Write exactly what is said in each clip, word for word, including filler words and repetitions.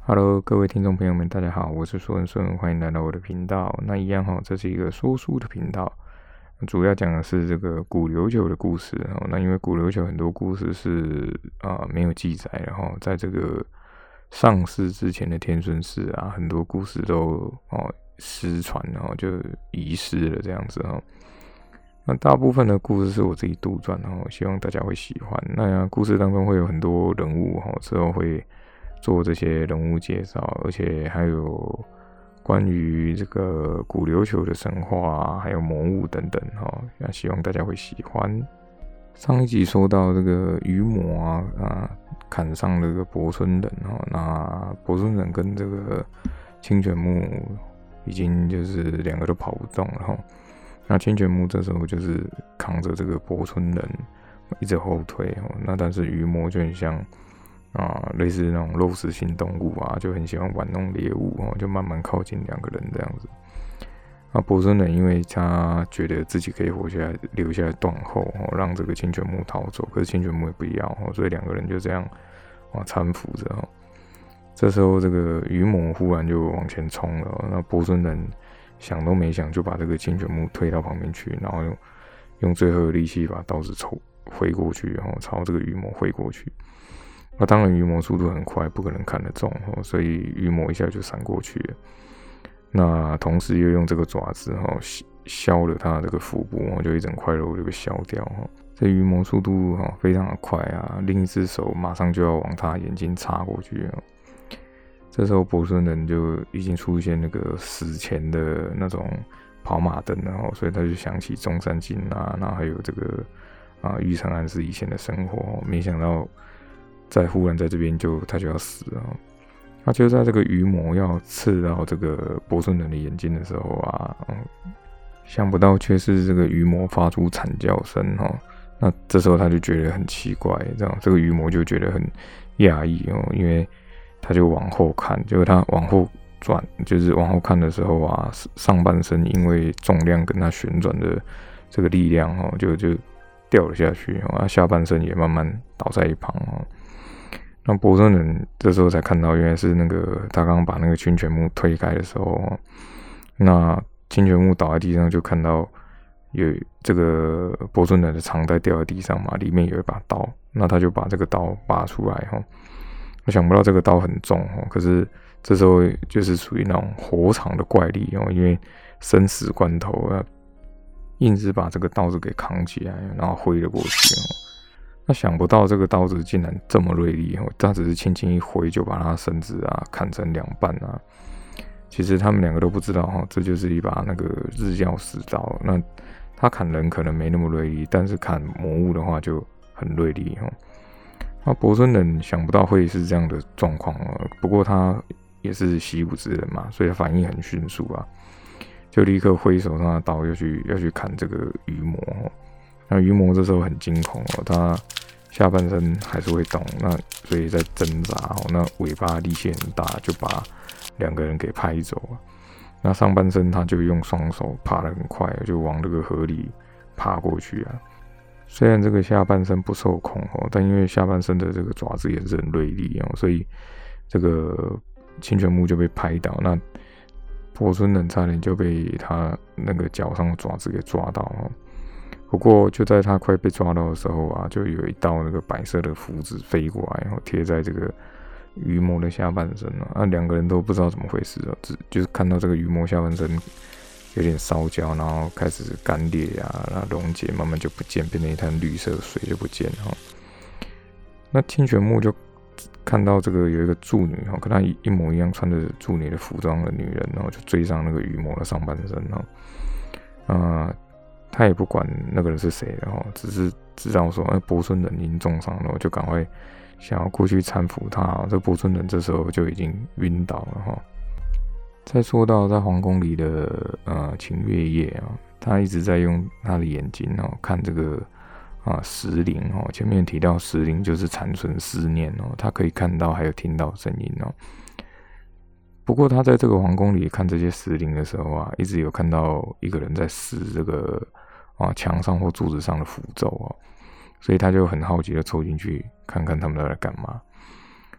Hello，各位听众朋友们，大家好，我是苏恩顺，欢迎来到我的频道。那一样哈，这是一个说书的频道，主要讲的是这个古琉球的故事。那因为古琉球很多故事是啊、呃、没有记载的哈，在这个上世之前的天孙氏啊，很多故事都哦失传，然后就遗失了这样子哈。那大部分的故事是我自己杜撰，然后希望大家会喜欢。那故事当中会有很多人物哈，之后会做这些人物介绍，而且还有关于这个古琉球的神话啊，还有魔物等等哈，那希望大家会喜欢。上一集说到这个鱼魔啊啊砍伤了这个伯村人哈，那伯村人跟这个清泉木已经就是两个都跑不动了哈。那清泉木这时候就是扛着这个伯村人一直后退哈，那但是鱼魔就很像。啊，类似那种肉食性动物啊，就很喜欢玩弄猎物哦，就慢慢靠近两个人这样子。那伯村人因为他觉得自己可以活下来，留下来断后哦，让这个清泉木逃走，可是清泉木也不要哦，所以两个人就这样啊搀扶着哦。这时候这个鱼魔忽然就往前冲了，那伯村人想都没想就把这个清泉木推到旁边去，然后用用最后的力气把刀子抽挥过去，然后朝这个鱼魔挥过去。那当然，鱼魔速度很快，不可能看得中，所以鱼魔一下就闪过去了。那同时又用这个爪子削了他的这个腹部，就一整块肉就被削掉。这鱼魔速度非常的快啊，另一只手马上就要往他眼睛插过去。这时候伯村人就已经出现那个死前的那种跑马灯了，所以他就想起中山靖啊，然后还有这个啊玉成安师以前的生活，没想到。在忽然在这边就他就要死了，那就在这个鱼魔要刺到这个伯村人的眼睛的时候啊，嗯、想不到却是这个鱼魔发出惨叫声哈。那这时候他就觉得很奇怪，这样这个鱼魔就觉得很讶异哦，因为他就往后看，结果他往后转，就是往后看的时候啊，上半身因为重量跟他旋转的这个力量哦，就就掉了下去哦，他下半身也慢慢倒在一旁哦。那伯村人这时候才看到，原来是那个他刚刚把那个清泉木推开的时候，那清泉木倒在地上，就看到有这个伯村人的长袋掉在地上嘛，里面有一把刀，那他就把这个刀拔出来哈。我想不到这个刀很重哦，可是这时候就是属于那种火场的怪力哦，因为生死关头啊，硬是把这个刀子给扛起来，然后挥了过去哦。那想不到这个刀子竟然这么锐利哦，他只是轻轻一挥就把他身子啊砍成两半啊。其实他们两个都不知道哈，这就是一把那个日曜石刀。那他砍人可能没那么锐利，但是砍魔物的话就很锐利哈。那伯村人想不到会是这样的状况哦，不过他也是习武之人嘛，所以他反应很迅速啊，就立刻挥手上的刀要去要去砍这个鱼魔哦。那鱼魔这时候很惊恐哦，他下半身还是会动，那所以在挣扎哦，那尾巴力气很大，就把两个人给拍走了。那上半身他就用双手爬得很快，就往这个河里爬过去啊。虽然这个下半身不受控哦，但因为下半身的这个爪子也是很锐利哦，所以这个清泉木就被拍倒，那伯村人差点就被他那个脚上的爪子给抓到哦。不过就在他快被抓到的时候啊，就有一道那个白色的符纸飞过来，然后贴在这个鱼魔的下半身了。啊，两个人都不知道怎么回事哦，只就是看到这个鱼魔下半身有点烧焦，然后开始干裂啊，然后溶解，慢慢就不见，变成一滩绿色水就不见了。那清泉木就看到这个有一个助女哈，跟他一模一样穿着助女的服装的女人，然后就追上那个鱼魔的上半身哈，啊。他也不管那个人是谁了，只是知道说，哎，伯村人已经重伤了，就赶快想要过去搀扶他。这伯村人这时候就已经晕倒了哈。再说到在皇宫里的呃秦月夜啊，他一直在用他的眼睛哦看这个啊石灵哦，前面提到石灵就是残存思念哦，他可以看到还有听到声音哦。不过他在这个皇宫里看这些石灵的时候啊，一直有看到一个人在撕这个啊墙上或柱子上的符咒哦，所以他就很好奇的凑进去看看他们在干嘛。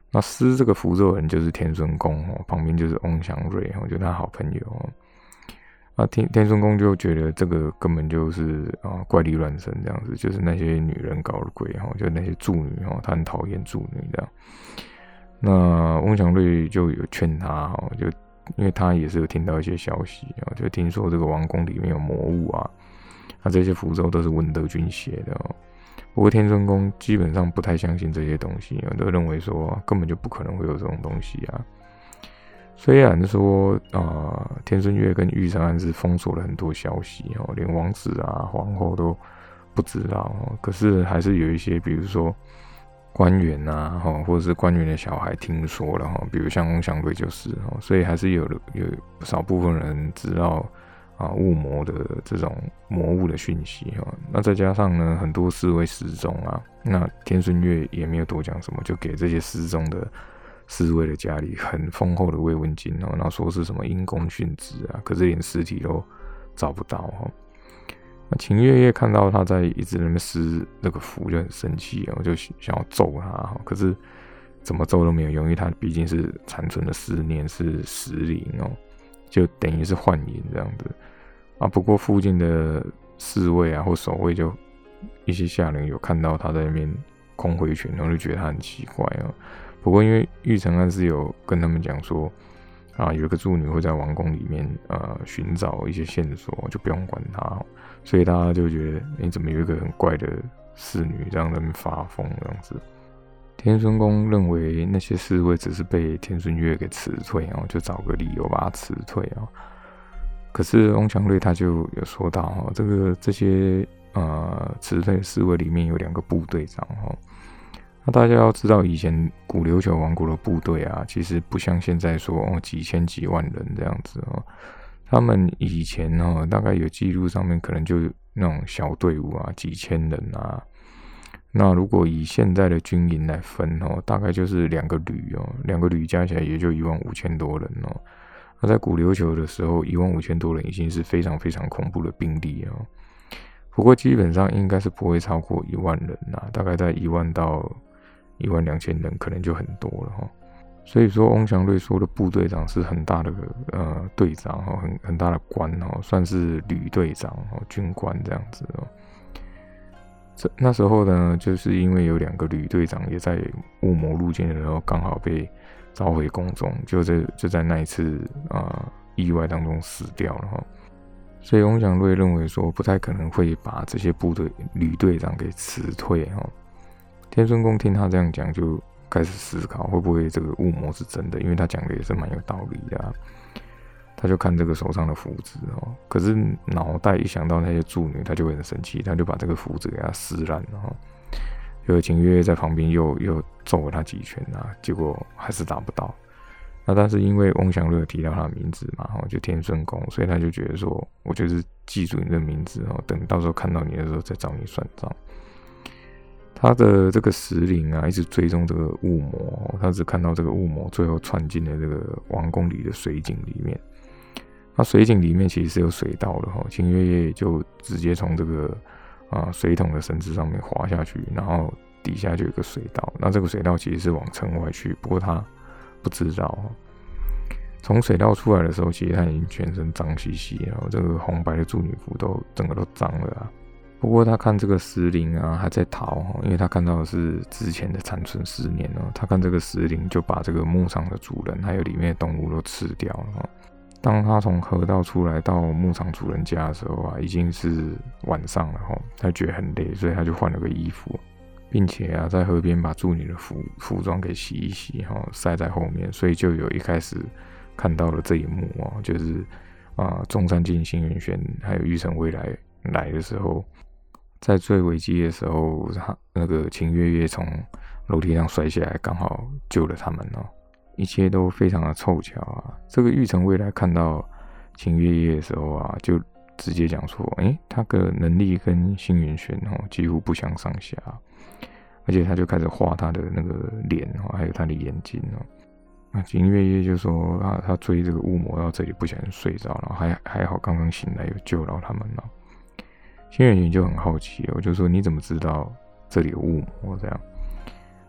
那施这个符咒的人就是天孙公哦，旁边就是翁祥瑞哦，就他好朋友哦。那天天孙公就觉得这个根本就是啊怪力乱神这样子，就是那些女人搞的鬼哈，就那些助女哈，他很讨厌助女这样。那翁祥瑞就有劝他哈，就因为他也是有听到一些消息啊，就听说这个王宫里面有魔物啊，那这些符咒都是文德军写的哦。不过天孙公基本上不太相信这些东西，都认为说根本就不可能会有这种东西啊。虽然说啊、呃，天孙月跟玉成安是封锁了很多消息哦，连王子啊、皇后都不知道哦，可是还是有一些，比如说官员啊，或者是官员的小孩听说了哈，比如像翁祥瑞就是哦，所以还是有有不少部分人知道啊雾魔的这种魔物的讯息哈。那再加上呢，很多侍卫失踪啊，那天孙月也没有多讲什么，就给这些失踪的侍卫的家里很丰厚的慰问金哦，然后说是什么因公殉职啊，可是连尸体都找不到哦。那秦月夜看到他在一直在那边施那个符，就很生气哦，就想要揍他，可是怎么揍都没有用，因为他毕竟是残存的思念是石灵哦，就等于是幻影这样子啊。不过附近的侍卫啊或守卫就一些下人有看到他在那边空挥拳，然后就觉得他很奇怪哦。不过因为玉成安是有跟他们讲说啊，有一个助女会在王宫里面呃寻找一些线索，就不用管他哦。所以大家就觉得，你、欸、怎么有一个很怪的侍女这样在那边发疯这样子？天孙公认为那些侍卫只是被天孙月给辞退哦，就找个理由把他辞退哦。可是翁祥瑞他就有说到哦，这个这些呃辞退侍卫里面有两个部队长哦。那大家要知道，以前古琉球王国的部队啊，其实不像现在说哦几千几万人这样子哦。他们以前哦，大概有记录上面可能就那种小队伍啊，几千人啊。那如果以现在的军营来分哦，大概就是两个旅哦，两个旅加起来也就一万五千多人哦。那在古琉球的时候，一万五千多人已经是非常非常恐怖的兵力哦。不过基本上应该是不会超过一万人啊，大概在一万到一万两千人，可能就很多了哈。所以说，翁祥瑞说的部队长是很大的呃队长哈，很很大的官哦，算是旅队长哦，军官这样子哦。这那时候呢，就是因为有两个旅队长也在雾魔入境的时候，刚好被召回宫中，就在就在那一次啊、呃、意外当中死掉了哈。所以翁祥瑞认为说，不太可能会把这些部队旅队长给辞退哈。天孙公听他这样讲，就开始思考会不会这个雾魔是真的，因为他讲的也是蛮有道理的啊。他就看这个手上的符纸哦，可是脑袋一想到那些助女，他就会很生气，他就把这个符纸给他撕烂了哈。就秦月在旁边又又揍了他几拳啊，结果还是打不到。那但是因为翁祥瑞提到他的名字嘛，就天孙公，所以他就觉得说，我就是记住你的名字哦，等到时候看到你的时候再找你算账。他的这个石灵啊，一直追踪这个雾魔，他只看到这个雾魔最后窜进了这个王宫里的水井里面。那水井里面其实是有水道的哈，秦月夜就直接从这个啊水桶的绳子上面滑下去，然后底下就有一个水道。那这个水道其实是往城外去，不过他不知道。从水道出来的时候，其实他已经全身脏兮兮，然后这个红白的祝女服都整个都脏了啊。不过他看这个石灵啊还在逃，因为他看到的是之前的残存思念哦。他看这个石灵就把这个牧场的主人还有里面的动物都吃掉了。当他从河道出来到牧场主人家的时候啊，已经是晚上了哈。他觉得很累，所以他就换了个衣服，并且啊在河边把祝女的服服装给洗一洗哈，塞在后面，所以就有一开始看到了这一幕哦，就是啊中山靖、新元玄还有玉成未来来的时候。在最危机的时候，他那个秦月夜从楼梯上摔下来，刚好救了他们哦，一切都非常的凑巧啊。这个玉成未来看到秦月夜的时候啊，就直接讲说，哎、欸，他的能力跟星云玄哦几乎不相上下，而且他就开始画他的那个脸哦，还有他的眼睛哦。那秦月夜就说啊，他追这个雾魔到这里不小心睡着了，还还好刚刚醒来有救到他们了。新元玄就很好奇，我就说你怎么知道这里有雾魔这样？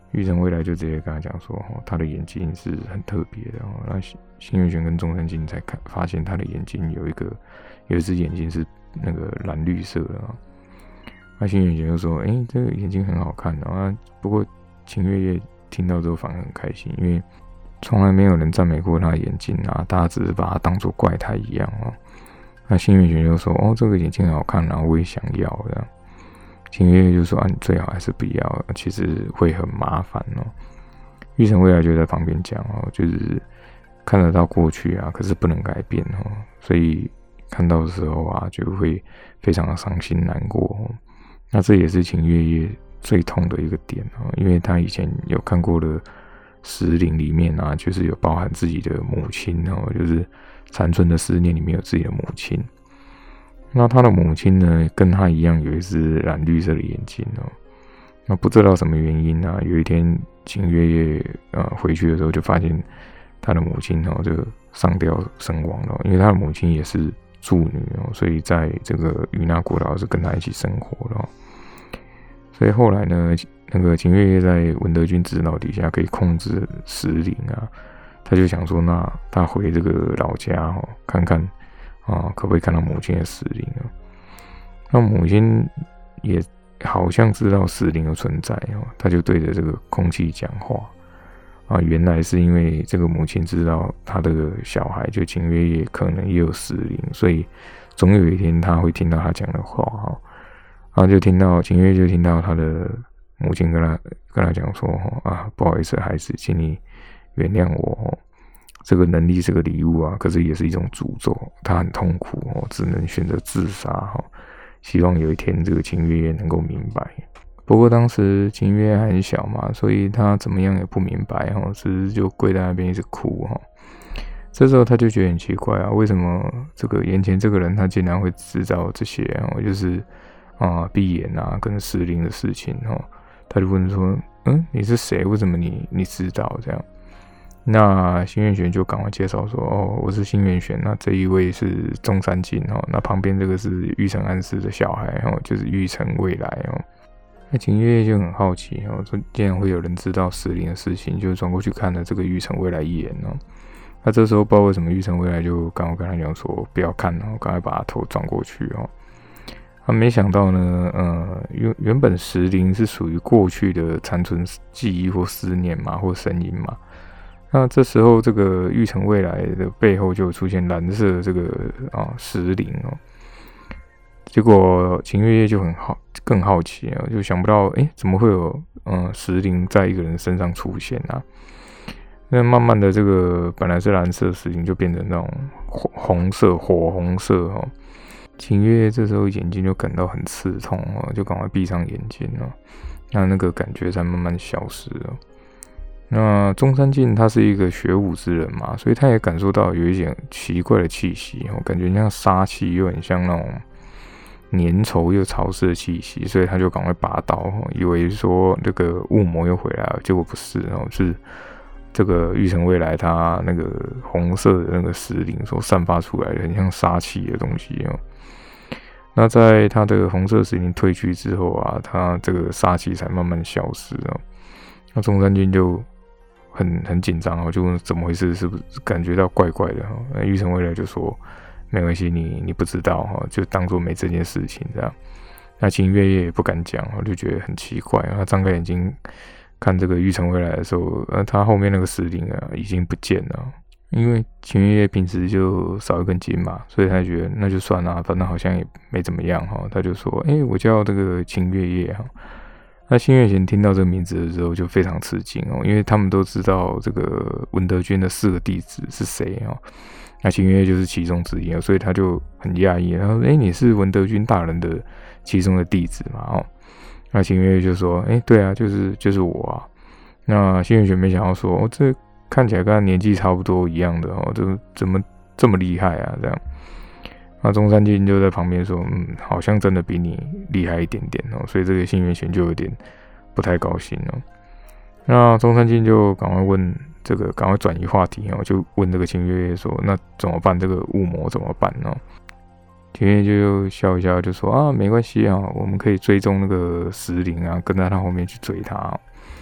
玉成未来就直接跟他讲说，哦，他的眼睛是很特别的哦。那新月玄跟中山靖才看发现他的眼睛有一个有一只眼睛是那个蓝绿色的哦。那新月玄就说，哎、欸，这个眼睛很好看哦。啊，不过秦月夜听到之后反而很开心，因为从来没有人赞美过他的眼睛啊，大家只是把他当作怪胎一样哦。那新月玄就说，哦，这个眼睛很好看啊，我也想要这样。秦月夜就说，啊，你最好还是不要，其实会很麻烦哦。玉成未来就在旁边讲哦，就是看得到过去啊，可是不能改变哦，所以看到的时候啊，就会非常的伤心难过哦。那这也是秦月夜最痛的一个点哦，因为他以前有看过的石灵里面啊，就是有包含自己的母亲哦，就是残存的思念里面有自己的母亲。那他的母亲呢，跟他一样有一只蓝绿色的眼睛哦。那不知道什么原因啊，有一天秦月夜呃回去的时候，就发现他的母亲哦就上吊身亡了，因为他的母亲也是处女哦，所以在这个与那国岛是跟他一起生活的哦。所以后来呢，那个秦月夜在文德军指导底下可以控制石灵啊，他就想说，那他回这个老家哦，看看。啊，可不可以看到母亲的死灵啊？那母亲也好像知道死灵的存在哦，他就对着这个空气讲话啊。原来是因为这个母亲知道他的小孩就秦月夜可能也有死灵，所以总有一天他会听到他讲的话哈。然后就听到秦月夜就听到他的母亲跟他跟他讲说啊，不好意思，孩子，请你原谅我哦。这个能力是个礼物啊，可是也是一种诅咒。他很痛苦哦，只能选择自杀哈。希望有一天这个秦月夜能够明白。不过当时秦月夜还很小嘛，所以他怎么样也不明白哈，只是就跪在那边一直哭哈。这时候他就觉得很奇怪啊，为什么这个眼前这个人他竟然会知道这些哦，就是啊闭眼啊跟石灵的事情哈。他就问说，嗯，你是谁？为什么你你知道这样？那新月玄就赶快介绍说，哦，我是新月玄，那这一位是中山靖哦，那旁边这个是玉成安世的小孩哦，就是玉成未来哦。那秦月夜就很好奇哦，说竟然会有人知道石灵的事情，就转过去看了这个玉成未来一眼哦。那这时候不知道为什么玉成未来就刚好跟他讲说不要看哦，赶快把他头转过去哦。他没想到呢，呃，原原本石灵是属于过去的残存记忆或思念嘛，或声音嘛。那这时候，这个玉成未来的背后就出现蓝色的这个啊石灵哦。结果秦月夜就很好，更好奇啊，就想不到，哎，怎么会有嗯石灵在一个人身上出现啊？那慢慢的，这个本来是蓝色的石灵就变成那种红色、火红色哦。秦月夜这时候眼睛就感到很刺痛哦，就赶快闭上眼睛哦，那那个感觉才慢慢消失了。那中山靖他是一个学武之人嘛，所以他也感受到有一点奇怪的气息哦，感觉像杀气，又很像那种粘稠又潮湿的气息，所以他就赶快拔刀，以为说这个雾魔又回来了，结果不是哦，是这个玉成未来他那个红色的那个石灵所散发出来的很像杀气的东西哦。那在他的红色石灵退去之后啊，他这个杀气才慢慢消失哦。那中山靖就很很紧张哦，就问怎么回事，是不是感觉到怪怪的哈？那玉成未来就说没关系，你你不知道哈，就当做没这件事情这样。那秦月夜也不敢讲，就觉得很奇怪。他张开眼睛看这个玉成未来的时候，呃，他后面那个石灵啊已经不见了。因为秦月夜平时就少一根筋嘛，所以他觉得那就算了，反正好像也没怎么样哈。他就说：“哎、欸，我叫这个秦月夜哈。”那新月玄听到这个名字的时候就非常吃惊哦，因为他们都知道这个文德军的四个弟子是谁哦，那秦月夜就是其中之一哦，所以他就很讶异，他说：“哎、欸，你是文德军大人的其中的弟子嘛？”哦，那秦月夜就说：“哎、欸，对啊，就是就是我啊。”那新月玄没想到说：“哦，这看起来跟他年纪差不多一样的哦，这怎么这么厉害啊？”这样。那中山靖就在旁边说：“嗯，好像真的比你厉害一点点哦。”所以这个新月玄就有点不太高兴哦。那中山靖就赶快问这个，赶快转移话题哦，就问这个秦月夜说：“那怎么办？这个雾魔怎么办呢？”秦月夜就笑一笑，就说：“啊，没关系啊，我们可以追踪那个石灵啊，跟在他后面去追他、哦。”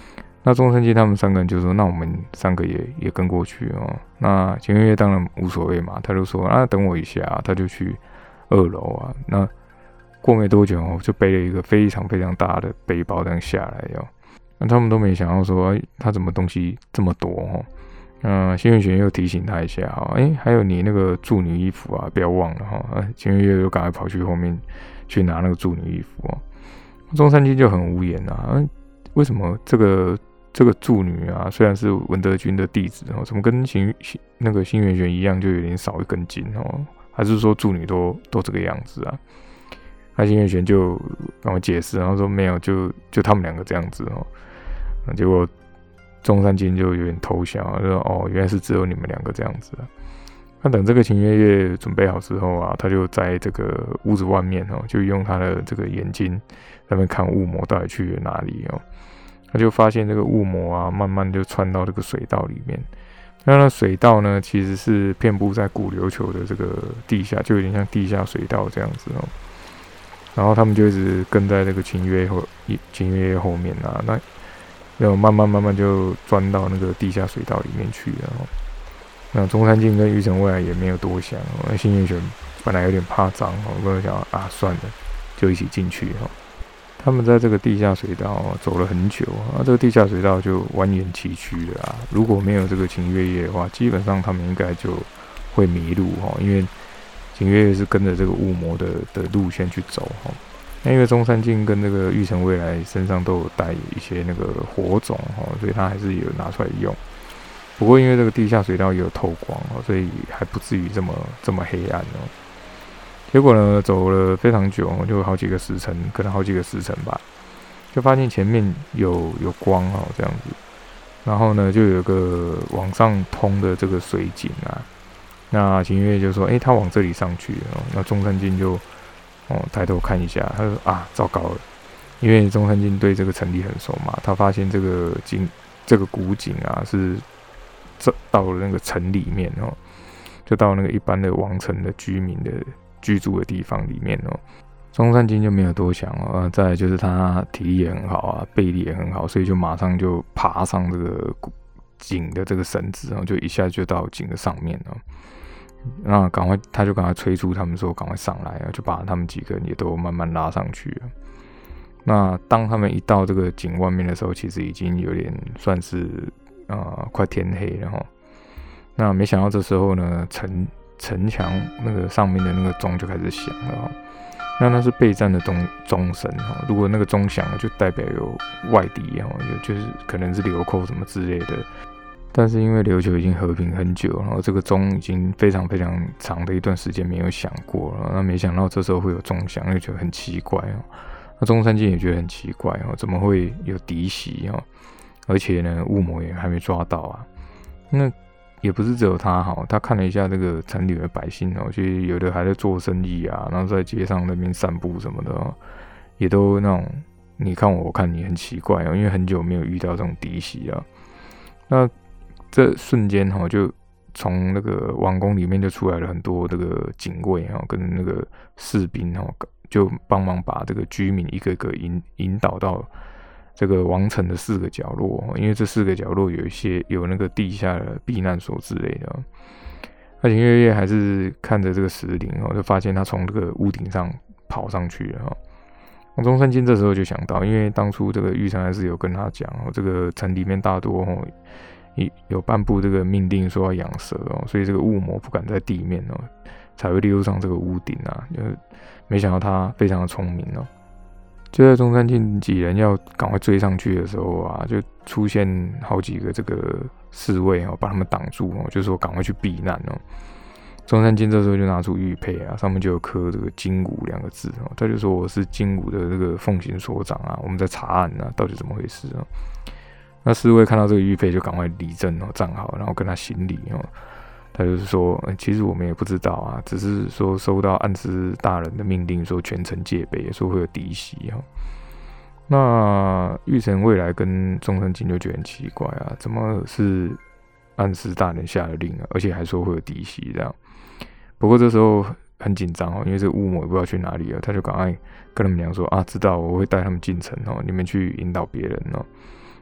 那中山靖他们三个人就说，那我们三个也也跟过去哦。那秦月月当然无所谓嘛，他就说啊等我一下、啊，他就去二楼啊。那过没多久哦，就背了一个非常非常大的背包这样下来哦。那他们都没想到说，哎，他怎么东西这么多哦？嗯，新月玄又提醒他一下哈，哎，还有你那个祝女衣服啊，不要忘了哈。新月月又赶快跑去后面去拿那个祝女衣服哦。中山靖就很无言啊，嗯，为什么这个？这个祝女啊，虽然是文德军的弟子哦，怎么跟新那个新元玄一样，就有点少一根筋哦？还是说祝女都都这个样子啊？那新元玄就跟我解释，然后说没有，就就他们两个这样子哦。那结果中山靖就有点偷笑，就说哦，原来是只有你们两个这样子啊。那等这个秦月月准备好之后啊，他就在这个屋子外面哦，就用他的这个眼睛在那边看雾魔到底去了哪里哦。他就发现这个雾魔啊，慢慢就窜到这个水道里面。那那水道呢，其实是遍布在古琉球的这个地下，就有点像地下水道这样子哦。然后他们就一直跟在这个秦月后，秦月后面啊，那然后慢慢慢慢就钻到那个地下水道里面去了哦。那中山靖跟玉成未来也没有多想哦，那新月玄本来有点怕脏哦，跟我想啊，算了，就一起进去哦。他们在这个地下水道走了很久啊，这个地下水道就蜿蜒崎岖的啊。如果没有这个秦月夜的话，基本上他们应该就会迷路哈，因为秦月夜是跟着这个雾魔的的路线去走哈。那因为中山靖跟这个玉成未来身上都有带一些那个火种哈，所以他还是有拿出来用。不过因为这个地下水道也有透光哦，所以还不至于这么这么黑暗哦。结果呢，走了非常久，就好几个时辰，可能好几个时辰吧，就发现前面有有光哦，这样子。然后呢，就有个往上通的这个水井啊。那秦月就说：“哎、欸，他往这里上去哦。”那中山靖就哦抬头看一下，他说：“啊，糟糕了！”因为中山靖对这个城里很熟嘛，他发现这个井这个古井啊是这到了那个城里面哦，就到那个一般的王城的居民的居住的地方里面哦。中山靖就没有多想哦，呃、再来就是他体力也很好啊，臂力也很好，所以就马上就爬上这个井的这个绳子，然后就一下就到井的上面了。那赶快，他就赶快催促他们说赶快上来啊，就把他们几个人也都慢慢拉上去了。那当他们一到这个井外面的时候，其实已经有点算是呃快天黑了哈。那没想到这时候呢，城城墙那个上面的那个钟就开始响了哈。那那是备战的钟钟声哈，如果那个钟响了，就代表有外敌哈，有就是可能是流寇什么之类的。但是因为琉球已经和平很久，然后这个钟已经非常非常长的一段时间没有响过了，那没想到这时候会有钟响，就觉得很奇怪哦。那中山靖也觉得很奇怪哦，怎么会有敌袭哦？而且呢，雾魔也还没抓到啊。那也不是只有他哈，他看了一下这个城里的百姓哦，就有的还在做生意啊，然后在街上那边散步什么的哦，也都那种你看我，我看你，很奇怪哦，因为很久没有遇到这种敌袭啊。那这瞬间哈，就从那个王宫里面就出来了很多这个警卫哈，跟那个士兵哈，就帮忙把这个居民一个一个引引导到这个王城的四个角落，因为这四个角落有一些有那个地下的避难所之类的。那秦月夜还是看着这个石林哦，就发现他从这个屋顶上跑上去了哈。中山靖这时候就想到，因为当初这个玉成还是有跟他讲哦，这个城里面大多哦有颁布这个命令说要养蛇哦，所以这个雾魔不敢在地面哦，才会溜上这个屋顶啊。就没想到他非常的聪明哦。就在中山靖几人要赶快追上去的时候啊，就出现好几个这个侍卫哦，把他们挡住哦，就说赶快去避难哦。中山靖这时候就拿出玉佩啊，上面就有刻这个金武两个字哦，他就说我是金武的这个奉行所长啊，我们在查案啊，到底怎么回事啊？那侍卫看到这个玉佩就赶快立正哦，站好，然后跟他行礼哦。他就是说、欸，其实我们也不知道啊，只是说收到暗司大人的命令，说全城戒备，说会有敌袭哈。那玉成未来跟中山靖就觉得很奇怪啊，怎么是暗司大人下的令啊，而且还说会有敌袭这样。不过这时候很紧张哦，因为这个雾魔也不知道去哪里了，他就赶快跟他们讲说啊，知道我会带他们进城哦，你们去引导别人哦。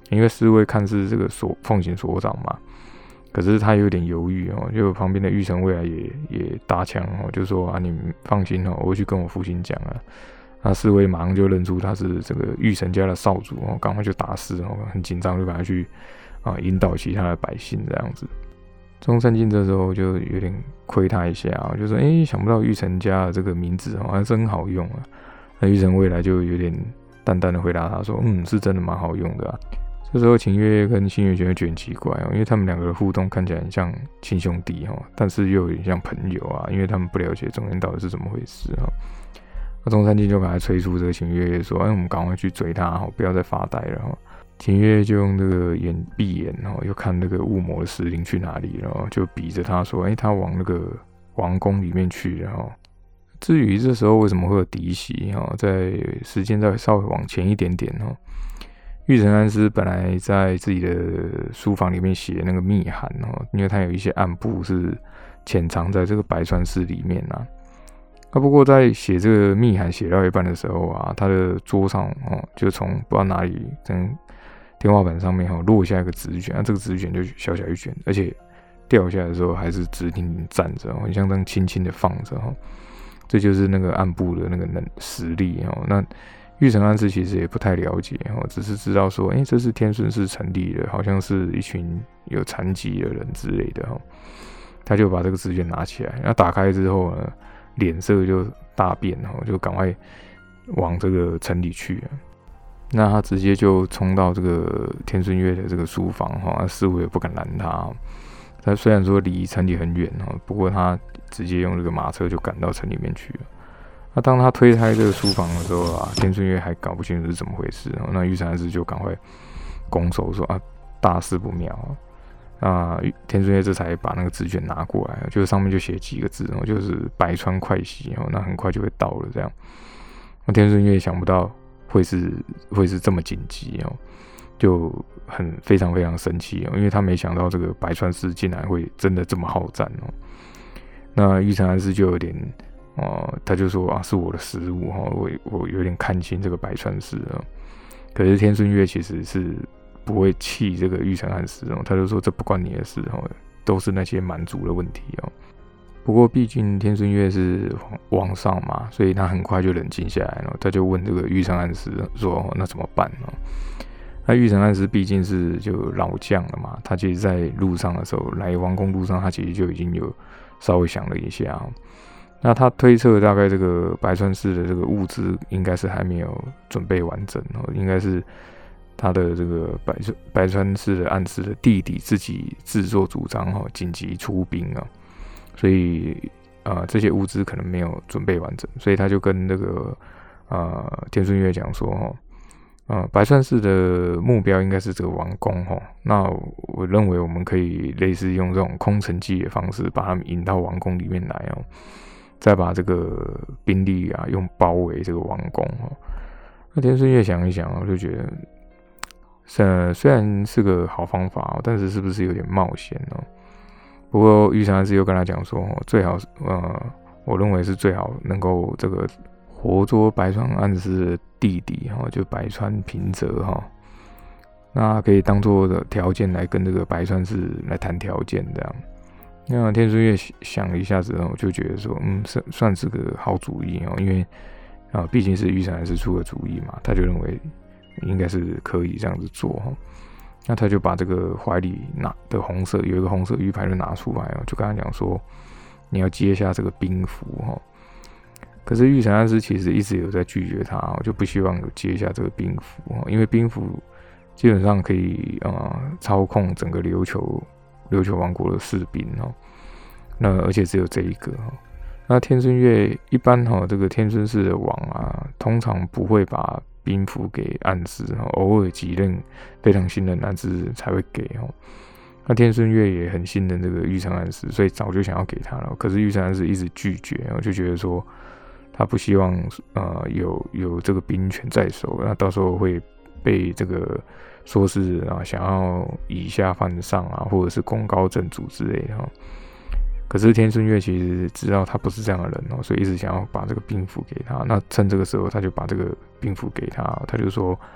因为侍卫看是这个所奉行所长嘛，可是他有点犹豫哦，就旁边的玉成未来也也搭腔哦，就说啊，你放心哦，我会去跟我父亲讲啊。那侍卫马上就认出他是这个玉成家的少主哦，赶快就打士哦，很紧张就赶快去啊引导其他的百姓这样子。中山靖这时候就有点亏他一下哦，就说哎、欸，想不到玉成家的这个名字哦，还真好用啊。那玉成未来就有点淡淡的回答他说，嗯，是真的蛮好用的啊。这时候秦月跟新月觉得觉得很奇怪哦，因为他们两个的互动看起来很像亲兄弟哦，但是又有点像朋友啊，因为他们不了解中间到底是怎么回事哦。那中山靖就赶快催促这个秦月说：“哎，我们赶快去追他哦，不要再发呆了。”哈，秦月就用这个眼闭眼哦，又看那个雾魔的石灵去哪里了，就比着他说：“哎，他往那个王宫里面去了。”哈，至于这时候为什么会有嫡袭哈，在时间再稍微往前一点点哈，玉成安师本来在自己的书房里面写那个密函哦，因为他有一些暗部是潜藏在这个白川寺里面啊。啊，不过在写这个密函写到一半的时候啊，他的桌上哦，就从不知道哪里从天花板上面哈落下一个纸卷，啊，这个纸卷就小小一卷，而且掉下来的时候还是直挺挺站着，很像这样轻轻的放着哈。这就是那个暗部的那个能实力哦。那玉成安师其实也不太了解哦，只是知道说，哎、欸，这是天顺寺成立的，好像是一群有残疾的人之类的哈。他就把这个纸卷拿起来，然后打开之后呢，脸色就大变哦，就赶快往这个城里去了。那他直接就冲到这个天顺月的这个书房哈，侍卫也不敢拦他。他虽然说离城里很远哈，不过他直接用这个马车就赶到城里面去了。那当他推开这个书房的时候啊，天顺月还搞不清楚是怎么回事，那玉成安师就赶快拱手说啊，大事不妙啊。那天顺月这才把那个纸卷拿过来，就是上面就写几个字，就是百川快袭，那很快就会到了这样。那天顺月想不到会是会是这么紧急哦，就很非常非常生气哦，因为他没想到这个白川寺竟然会真的这么好战哦。那玉成安师就有点哦、呃，他就说啊，是我的失误哈，我我有点看清这个白川寺了。可是天顺月其实是不会气这个玉成安师哦，他就说这不关你的事哦，都是那些蛮族的问题哦。不过毕竟天顺月是王上嘛，所以他很快就冷静下来了。他就问这个玉成安师说：“那怎么办呢？”那玉成安师毕竟是就老将了嘛，他其实在路上的时候，来王宫路上，他其实就已经有稍微想了一下。那他推测大概这个白川寺的这个物资应该是还没有准备完整哦，应该是他的这个白白川寺的暗室的弟弟自己自作主张哈，紧急出兵啊。所以啊、呃，这些物资可能没有准备完整，所以他就跟那个呃天顺月讲说哈，呃白川寺的目标应该是这个王宫哈，那我认为我们可以类似用这种空城计的方式把他们引到王宫里面来哦，再把这个兵力啊用包围这个王宫哈。那天顺月想一想啊，就觉得，呃虽然是个好方法，但是是不是有点冒险哦？不过玉成安师又跟他讲说，最好呃，我认为是最好能够这个活捉白川安师的弟弟哈，就白川平泽哈，那可以当做的条件来跟这个白川氏来谈条件这样。那天顺月想了一下之后，就觉得说，嗯，算算是个好主意哦，因为啊、呃，毕竟是玉成安师出的主意嘛，他就认为应该是可以这样子做哈。那他就把这个怀里拿的红色有一个红色玉牌就拿出来哦，就跟他讲说，你要接下这个兵符哈。可是玉成安师其实一直有在拒绝他，我就不希望有接下这个兵符哈，因为兵符基本上可以呃操控整个琉球琉球王国的士兵哈。那而且只有这一个哈。那天顺月一般哈，这个天顺寺的王啊，通常不会把兵符给暗室，偶尔几任非常信任暗室才会给哦。那天顺月也很信任这个玉成安师，所以早就想要给他了。可是玉成安师一直拒绝，就觉得说他不希望呃有有这个兵权在手，那到时候会被这个说是啊想要以下犯上啊，或者是功高震主之类的哈。可是天顺月其实知道他不是这样的人哦，所以一直想要把这个兵符给他。那趁这个时候，他就把这个兵符给他，他就说：“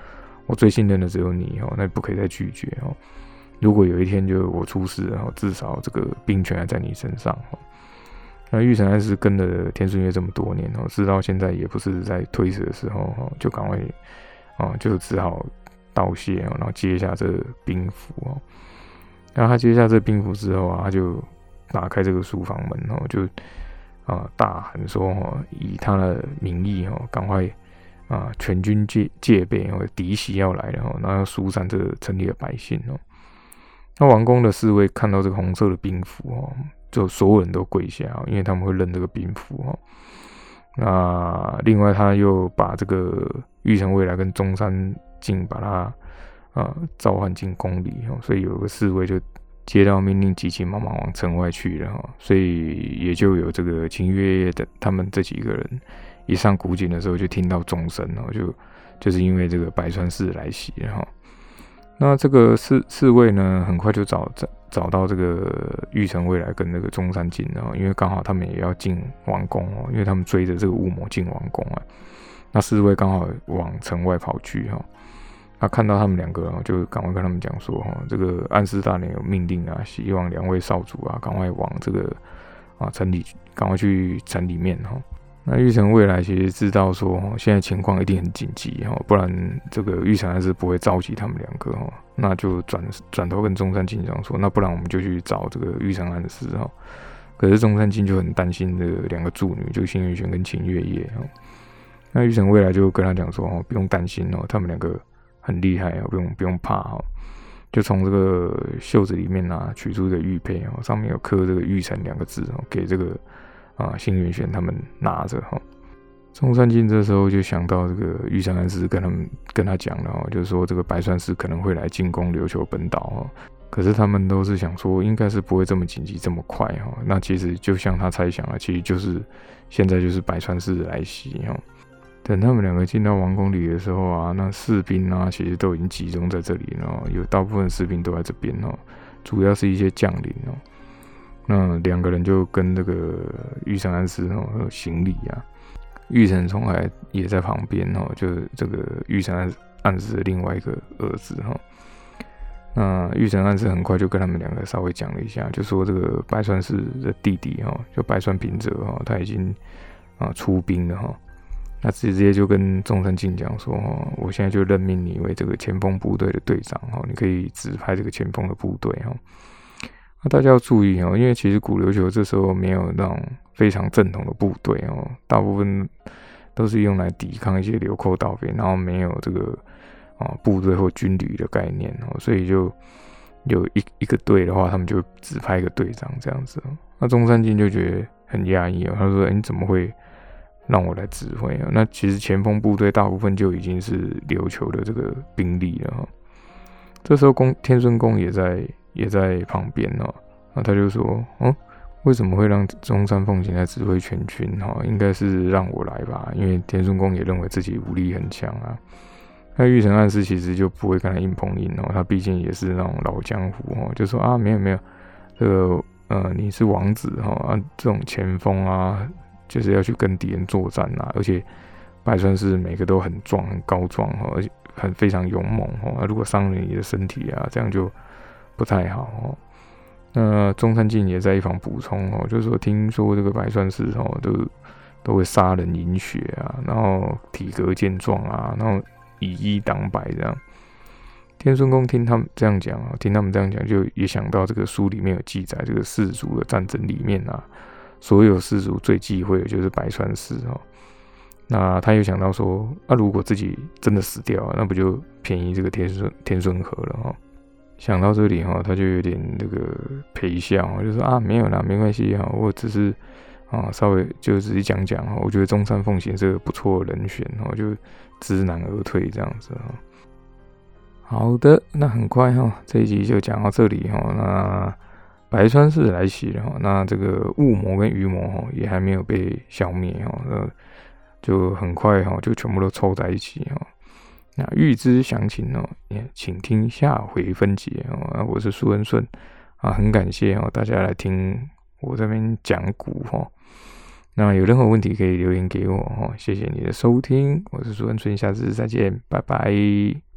我最信任的只有你哦，那不可以再拒绝哦。如果有一天就我出事了，至少这个兵权还在你身上哦。那玉成安师跟了天顺月这么多年哦，直到现在也不是在推死的时候哦，就赶快哦，就只好道谢哦，然后接下这个兵符哦。然后他接下这兵符之后啊，他就打开这个书房门哦，就啊大喊说哦，以他的名义哦，赶快啊全军戒戒备哦，敌袭要来了哦，然后要疏散这个城里的百姓哦。那王宫的侍卫看到这个红色的兵符哦，就所有人都跪下哦，因为他们会认这个兵符哦。那另外他又把这个玉成未来跟中山靖把他呃召唤进宫里哦，所以有个侍卫就接到命令，急急忙忙往城外去了哈，所以也就有这个秦月夜的他们这几个人一上古井的时候就听到钟声哦，就就是因为这个百川氏来袭了哈。那这个侍侍卫呢，很快就找找找到这个玉成未来跟那个中山靖哦，因为刚好他们也要进王宫哦，因为他们追着这个雾魔进王宫啊。那侍卫刚好往城外跑去哈，那看到他们两个哦，就赶快跟他们讲说哈，这个安师大人有命令啊，希望两位少主啊，赶快往这个啊城里，赶快去城里面哈。那玉成未来其实知道说，现在情况一定很紧急哈，不然这个玉成安师不会召集他们两个哈，那就转转头跟中山靖讲说，那不然我们就去找这个玉成安师哈。可是中山靖就很担心这两个助女，就新月轩跟秦月夜哈。那玉成未来就跟他讲说，哦，不用担心哦，他们两个很厉害哦，不用不用怕哈。就从这个袖子里面啊取出一个玉佩哦，上面有刻这个玉成两个字哦，给这个。啊，新元玄他们拿着哈，中山靖这时候就想到这个玉成安师跟他们跟他讲了哦，就是说这个白川氏可能会来进攻琉球本岛哦，可是他们都是想说应该是不会这么紧急这么快哈，那其实就像他猜想的，其实就是现在就是白川氏来袭哈。等他们两个进到王宫里的时候啊，那士兵啊其实都已经集中在这里了，有大部分士兵都在这边哦，主要是一些将领哦。那两个人就跟这个玉成安师哦行礼啊，玉成从来也在旁边哦，就是这个玉成安师的另外一个儿子哈。那玉成安师很快就跟他们两个稍微讲了一下，就说这个白川氏的弟弟哈，就白川平泽哈，他已经啊出兵了哈。那直接就跟中山靖讲说，我现在就任命你为这个前锋部队的队长哈，你可以指派这个前锋的部队哈。那大家要注意哦，因为其实古琉球这时候没有那种非常正统的部队哦，大部分都是用来抵抗一些流寇盗匪，然后没有这个啊部队或军旅的概念哦，所以就有一一个队的话，他们就指派一个队长这样子哦。那中山靖就觉得很压抑哦，他说：“欸，你怎么会让我来指挥啊？”那其实前锋部队大部分就已经是琉球的这个兵力了哈。这时候宫天顺宫也在。也在旁边哦，那他就说，哦，为什么会让中山奉行来指挥全军哈？应该是让我来吧，因为天顺宫也认为自己武力很强啊。那玉成安师其实就不会跟他硬碰硬哦，他毕竟也是那种老江湖哦，就说啊，没有没有，这个呃你是王子哈啊，这种前锋啊，就是要去跟敌人作战啊，而且白川氏每个都很壮很高壮哈，而且很非常勇猛哦，如果伤了你的身体啊，这样就不太好哦。那中山靖也在一旁补充哦，就是说听说这个白川氏哦，都都会杀人饮血啊，然后体格健壮啊，然后以一挡百这样。天顺宫听他们这样讲啊，听他们这样讲，就也想到这个书里面有记载，这个氏族的战争里面啊，所有氏族最忌讳的就是白川氏哦。那他又想到说，那、啊、如果自己真的死掉了，那不就便宜这个天顺天顺河了哈？想到这里哈，他就有点那个陪笑，就说啊，没有啦，没关系哈，我只是啊稍微就只是讲讲哈，我觉得中山奉行是个不错的人选哈，就知难而退这样子哈。好的，那很快哈，这一集就讲到这里哈。那白川氏来袭了哈，那这个雾魔跟鱼魔哈也还没有被消灭哈，那就很快哈就全部都凑在一起哈。那欲知详情哦，请听下回分解哦。我是苏恩顺啊，很感谢哦大家来听我这边讲古哈。那有任何问题可以留言给我哈，谢谢你的收听，我是苏恩顺，下次再见，拜拜。